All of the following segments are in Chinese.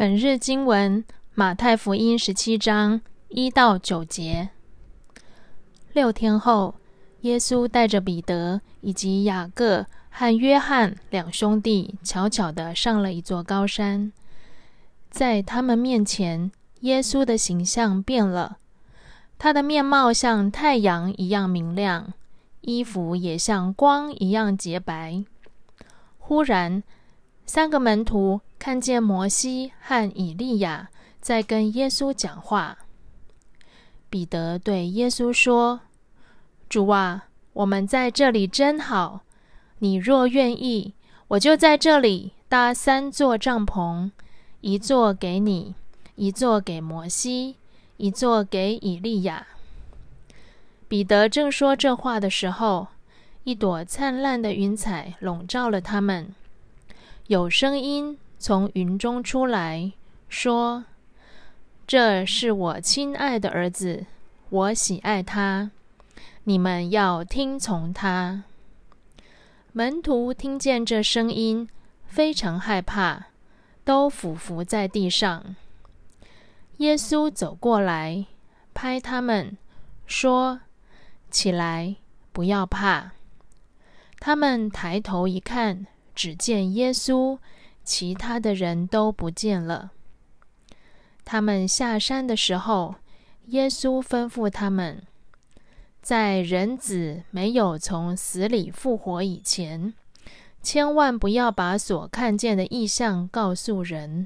本日经文马太福音17章1到9节。6天后，耶稣带着彼得以及雅各和约翰两兄弟悄悄地上了一座高山。在他们面前，耶稣的形象变了，他的面貌像太阳一样明亮，衣服也像光一样洁白。忽然，3个门徒看见摩西和以利亚在跟耶稣讲话。彼得对耶稣说：“主啊，我们在这里真好，你若愿意，我就在这里搭3座帐篷，一座给你，一座给摩西，一座给以利亚。”彼得正说这话的时候，一朵灿烂的云彩笼罩了他们。有声音从云中出来，说：“这是我亲爱的儿子，我喜爱他，你们要听从他。”门徒听见这声音，非常害怕，都俯伏在地上。耶稣走过来，拍他们，说：“起来，不要怕。”他们抬头一看，只见耶稣，其他的人都不见了。他们下山的时候，耶稣吩咐他们，在人子没有从死里复活以前，千万不要把所看见的异象告诉人。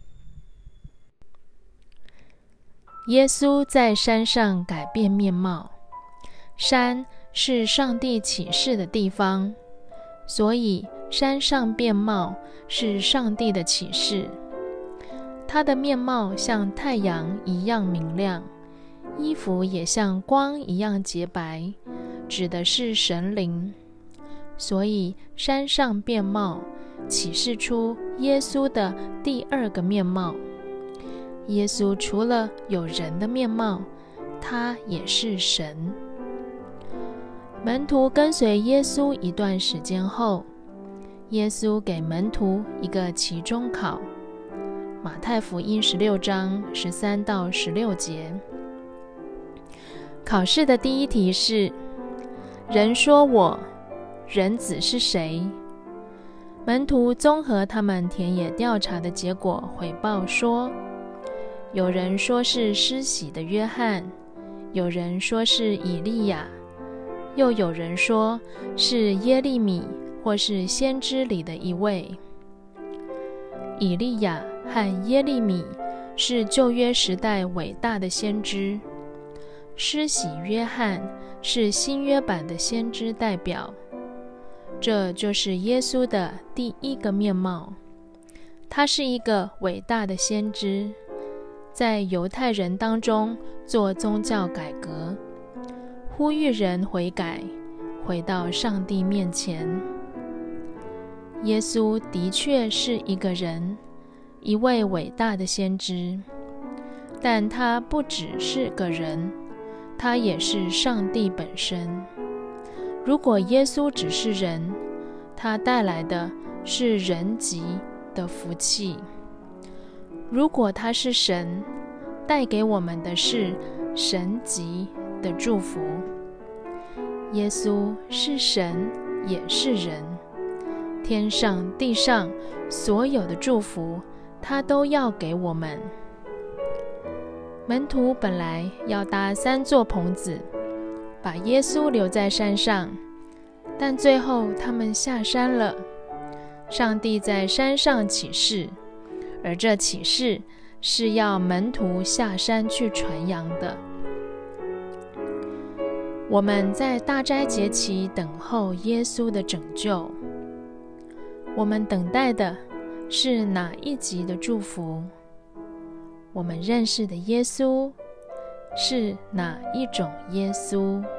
耶稣在山上改变面貌。山是上帝启示的地方，所以山上变貌是上帝的启示。他的面貌像太阳一样明亮，衣服也像光一样洁白，指的是神灵。所以山上变貌启示出耶稣的第2个面貌。耶稣除了有人的面貌，他也是神。门徒跟随耶稣一段时间后，耶稣给门徒一个期中考。马太福音16章13到16节。考试的第一题是：人说我，人子是谁？门徒综合他们田野调查的结果回报说，有人说是施洗的约翰，有人说是以利亚，又有人说是耶利米或是先知里的一位。以利亚和耶利米是旧约时代伟大的先知，施洗约翰是新约版的先知代表。这就是耶稣的第1个面貌。他是一个伟大的先知，在犹太人当中做宗教改革，呼吁人悔改，回到上帝面前。耶稣的确是一个人，一位伟大的先知，但他不只是个人，他也是上帝本身。如果耶稣只是人，他带来的是人级的福气；如果他是神，带给我们的是神级的祝福。耶稣是神，也是人，天上地上所有的祝福，他都要给我们。门徒本来要搭3座棚子，把耶稣留在山上，但最后他们下山了。上帝在山上启示，而这启示是要门徒下山去传扬的。我们在大斋节期等候耶稣的拯救，我们等待的是哪一级的祝福？我们认识的耶稣是哪一种耶稣？